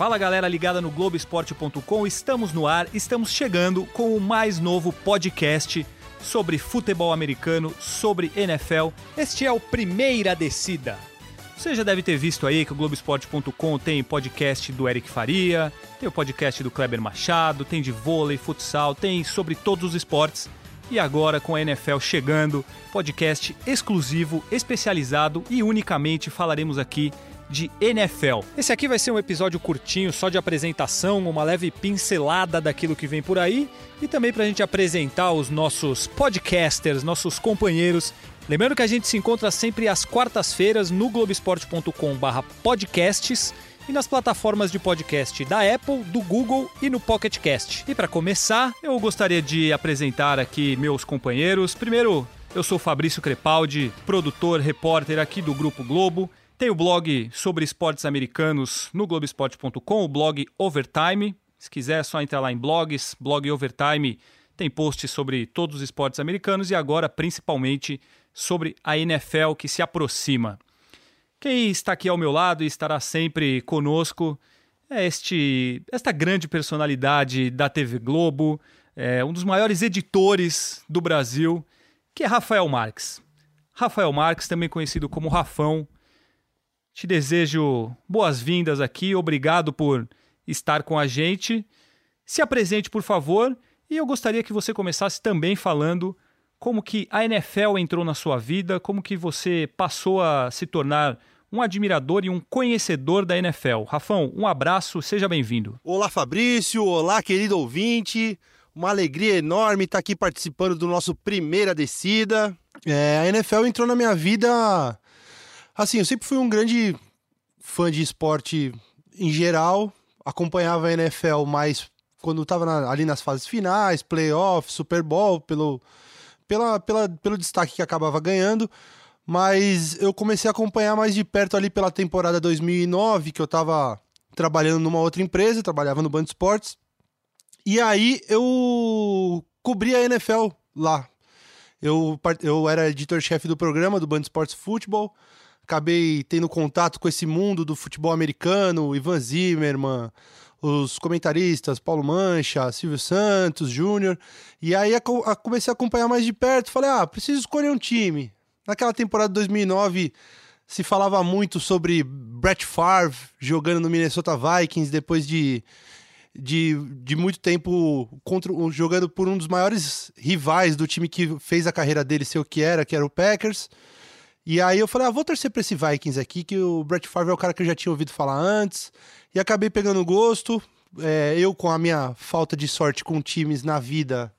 Fala galera ligada no Globoesporte.com, estamos no ar, estamos chegando com o mais novo podcast sobre futebol americano, sobre NFL. Este é o Primeira Descida. Você já deve ter visto aí que o Globoesporte.com tem podcast do Eric Faria, tem o podcast do Kleber Machado, tem de vôlei, futsal, tem sobre todos os esportes. E agora com a NFL chegando, podcast exclusivo, especializado e unicamente falaremos aqui de NFL. Esse aqui vai ser um episódio curtinho, só de apresentação, uma leve pincelada daquilo que vem por aí e também pra gente apresentar os nossos podcasters, nossos companheiros. Lembrando que a gente se encontra sempre às quartas-feiras no Globoesporte.com/podcasts e nas plataformas de podcast da Apple, do Google e no Pocket Cast. E para começar, eu gostaria de apresentar aqui meus companheiros. Primeiro, eu sou Fabrício Crepaldi, produtor, repórter aqui do Grupo Globo. Tenho o blog sobre esportes americanos no Globoesporte.com, o blog Overtime. Se quiser, é só entrar lá em blogs, blog Overtime. Tem posts sobre todos os esportes americanos e agora, principalmente, sobre a NFL que se aproxima. Quem está aqui ao meu lado e estará sempre conosco é esta grande personalidade da TV Globo, um dos maiores editores do Brasil, que é Rafael Marques. Rafael Marques, também conhecido como Rafão. Te desejo boas-vindas aqui, obrigado por estar com a gente. Se apresente, por favor, e eu gostaria que você começasse também falando como que a NFL entrou na sua vida, como que você passou a se tornar um admirador e um conhecedor da NFL. Rafão, um abraço, seja bem-vindo. Olá, Fabrício, olá, querido ouvinte. Uma alegria enorme estar aqui participando do nosso Primeira Descida. A NFL entrou na minha vida... Assim, eu sempre fui um grande fã de esporte em geral, acompanhava a NFL mais quando estava ali nas fases finais, playoffs, Super Bowl, pelo destaque que acabava ganhando, mas eu comecei a acompanhar mais de perto ali pela temporada 2009, que eu estava trabalhando numa outra empresa, trabalhava no Band Esportes, e aí eu cobri a NFL lá. Eu era editor-chefe do programa do Band Esportes Futebol. Acabei tendo contato com esse mundo do futebol americano, Ivan Zimmerman, os comentaristas, Paulo Mancha, Silvio Santos, Júnior. E aí comecei a acompanhar mais de perto. Falei, preciso escolher um time. Naquela temporada de 2009 se falava muito sobre Brett Favre jogando no Minnesota Vikings depois de muito tempo jogando por um dos maiores rivais do time que fez a carreira dele ser o que era o Packers. E aí eu falei, vou torcer pra esse Vikings aqui, que o Brett Favre é o cara que eu já tinha ouvido falar antes. E acabei pegando gosto. Eu, com a minha falta de sorte com times na vida,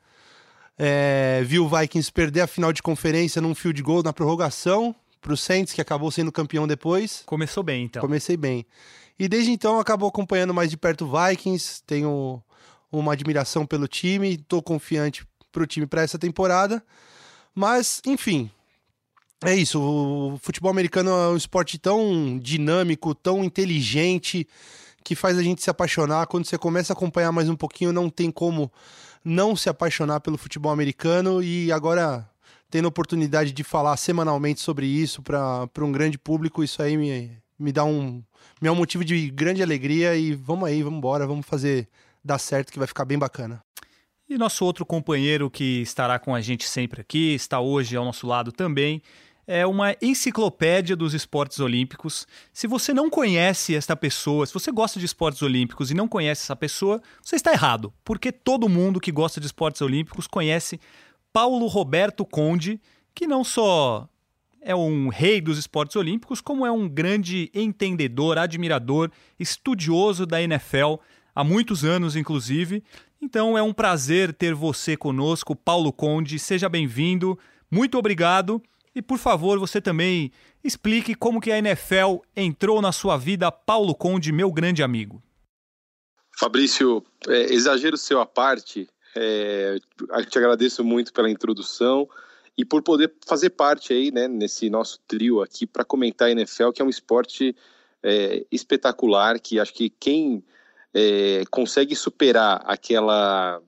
vi o Vikings perder a final de conferência num field goal na prorrogação pro Saints, que acabou sendo campeão depois. Começou bem, então. Comecei bem. E desde então eu acabo acompanhando mais de perto o Vikings, tenho uma admiração pelo time, tô confiante pro time para essa temporada. Mas, enfim... É isso, o futebol americano é um esporte tão dinâmico, tão inteligente, que faz a gente se apaixonar. Quando você começa a acompanhar mais um pouquinho, não tem como não se apaixonar pelo futebol americano. E agora, tendo a oportunidade de falar semanalmente sobre isso para um grande público, isso aí me é um motivo de grande alegria. E vamos aí, vamos embora, vamos fazer dar certo, que vai ficar bem bacana. E nosso outro companheiro que estará com a gente sempre aqui, está hoje ao nosso lado também, é uma enciclopédia dos esportes olímpicos. Se você não conhece esta pessoa, se você gosta de esportes olímpicos e não conhece essa pessoa, você está errado, porque todo mundo que gosta de esportes olímpicos conhece Paulo Roberto Conde, que não só é um rei dos esportes olímpicos, como é um grande entendedor, admirador, estudioso da NFL, há muitos anos inclusive. Então é um prazer ter você conosco, Paulo Conde, seja bem-vindo, muito obrigado. E, por favor, você também explique como que a NFL entrou na sua vida, Paulo Conde, meu grande amigo. Fabrício, exagero seu à parte, te agradeço muito pela introdução e por poder fazer parte aí, né, nesse nosso trio aqui para comentar a NFL, que é um esporte espetacular, que acho que quem consegue superar aquela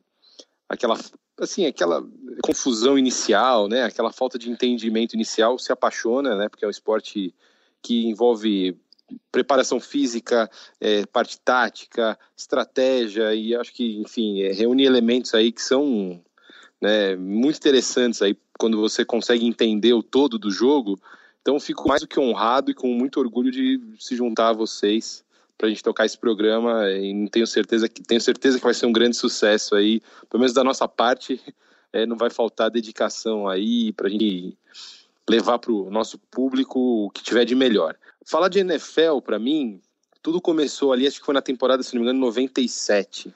confusão inicial, né, aquela falta de entendimento inicial, se apaixona, né, porque é um esporte que envolve preparação física, parte tática, estratégia, e acho que, enfim, reúne elementos aí que são, né, muito interessantes aí quando você consegue entender o todo do jogo. Então fico mais do que honrado e com muito orgulho de se juntar a vocês para a gente tocar esse programa, e tenho certeza que vai ser um grande sucesso aí, pelo menos da nossa parte. Não vai faltar dedicação aí para a gente levar para o nosso público o que tiver de melhor. Falar de NFL, para mim, tudo começou ali, acho que foi na temporada, se não me engano, 97.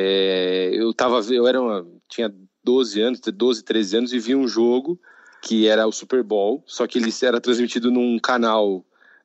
Tinha 12, 13 anos, e vi um jogo que era o Super Bowl, só que ele era transmitido num canal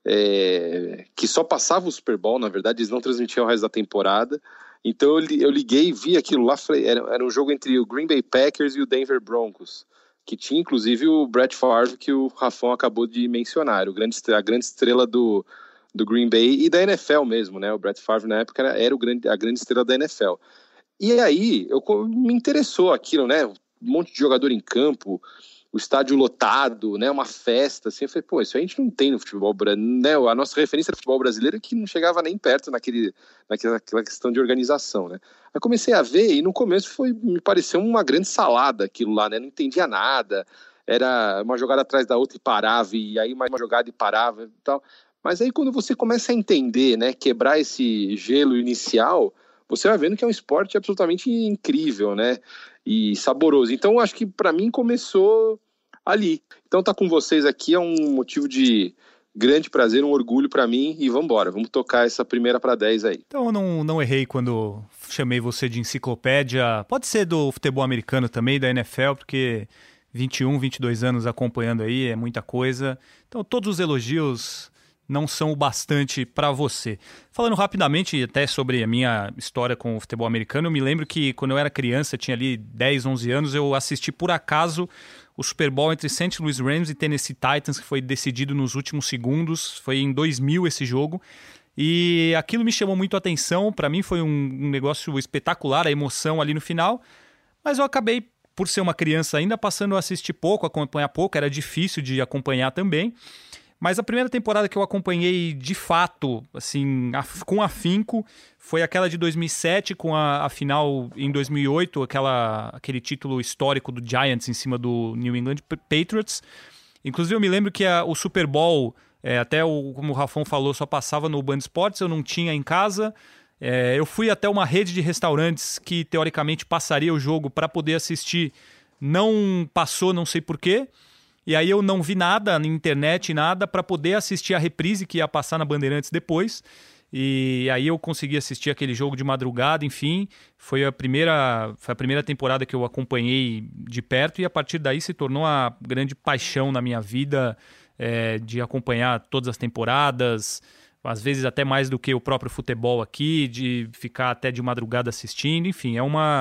que só passava o Super Bowl, na verdade, eles não transmitiam o resto da temporada. Então eu liguei e vi aquilo lá, era um jogo entre o Green Bay Packers e o Denver Broncos, que tinha inclusive o Brett Favre, que o Rafão acabou de mencionar, a grande estrela do Green Bay e da NFL mesmo, né? O Brett Favre na época era a grande estrela da NFL. E aí me interessou aquilo, né? Um monte de jogador em campo, o estádio lotado, né? Uma festa, assim. Eu falei, pô, isso a gente não tem no futebol brasileiro, né? A nossa referência do futebol brasileiro é que não chegava nem perto naquela questão de organização, né? Aí comecei a ver, e no começo me pareceu uma grande salada aquilo lá, né? Não entendia nada, era uma jogada atrás da outra e parava, e aí mais uma jogada e parava e tal. Mas aí quando você começa a entender, né? Quebrar esse gelo inicial, você vai vendo que é um esporte absolutamente incrível, né? E saboroso. Então acho que para mim começou ali. Então tá com vocês aqui é um motivo de grande prazer, um orgulho para mim, e vamos tocar essa primeira para 10 aí. Então eu não errei quando chamei você de enciclopédia. Pode ser do futebol americano também, da NFL, porque 21, 22 anos acompanhando aí é muita coisa. Então todos os elogios não são o bastante para você. Falando rapidamente até sobre a minha história com o futebol americano, eu me lembro que quando eu era criança, tinha ali 10, 11 anos, eu assisti por acaso o Super Bowl entre St. Louis Rams e Tennessee Titans, que foi decidido nos últimos segundos. Foi em 2000 esse jogo. E aquilo me chamou muito a atenção. Para mim foi um negócio espetacular, a emoção ali no final. Mas eu acabei, por ser uma criança ainda, passando a assistir pouco, acompanhar pouco. Era difícil de acompanhar também. Mas a primeira temporada que eu acompanhei de fato, assim, com afinco, foi aquela de 2007, com a final em 2008, aquele título histórico do Giants em cima do New England Patriots. Inclusive eu me lembro que o Super Bowl, como o Rafão falou, só passava no Band Esportes, eu não tinha em casa. Eu fui até uma rede de restaurantes que teoricamente passaria o jogo para poder assistir. Não passou, não sei porquê. E aí eu não vi nada na internet, nada, para poder assistir a reprise que ia passar na Bandeirantes depois. E aí eu consegui assistir aquele jogo de madrugada, enfim. Foi a primeira temporada que eu acompanhei de perto, e a partir daí se tornou uma grande paixão na minha vida, de acompanhar todas as temporadas, às vezes até mais do que o próprio futebol aqui, de ficar até de madrugada assistindo. Enfim,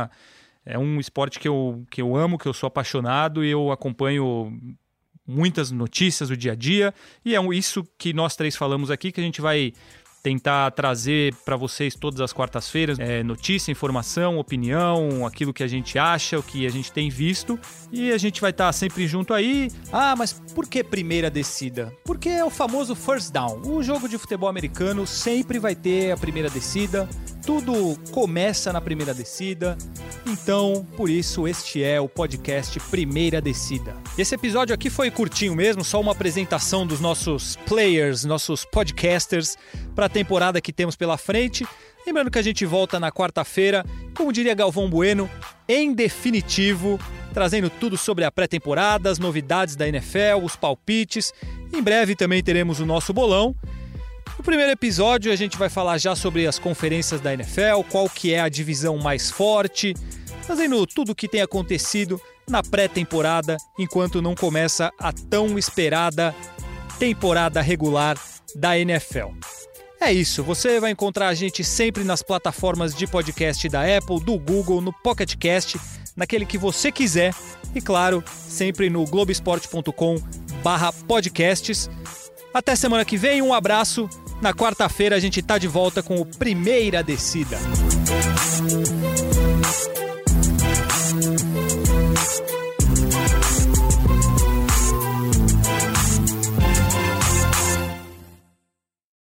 é um esporte que eu amo, que eu sou apaixonado, e eu acompanho muitas notícias do dia a dia, e é isso que nós três falamos aqui, que a gente vai tentar trazer para vocês todas as quartas-feiras, notícia, informação, opinião, aquilo que a gente acha, o que a gente tem visto, e a gente vai estar sempre junto aí. Ah, mas por que primeira descida? Porque é o famoso first down. O jogo de futebol americano sempre vai ter a primeira descida, tudo começa na primeira descida, então, por isso, este é o podcast Primeira Descida. Esse episódio aqui foi curtinho mesmo, só uma apresentação dos nossos players, nossos podcasters, para a temporada que temos pela frente. Lembrando que a gente volta na quarta-feira, como diria Galvão Bueno, em definitivo, trazendo tudo sobre a pré-temporada, as novidades da NFL, os palpites. Em breve também teremos o nosso bolão. No primeiro episódio a gente vai falar já sobre as conferências da NFL, qual que é a divisão mais forte, fazendo tudo o que tem acontecido na pré-temporada, enquanto não começa a tão esperada temporada regular da NFL. É isso, você vai encontrar a gente sempre nas plataformas de podcast da Apple, do Google, no Pocket Cast, naquele que você quiser, e claro, sempre no globesport.com/podcasts. Até semana que vem, um abraço. Na quarta-feira a gente tá de volta com o Primeira Descida.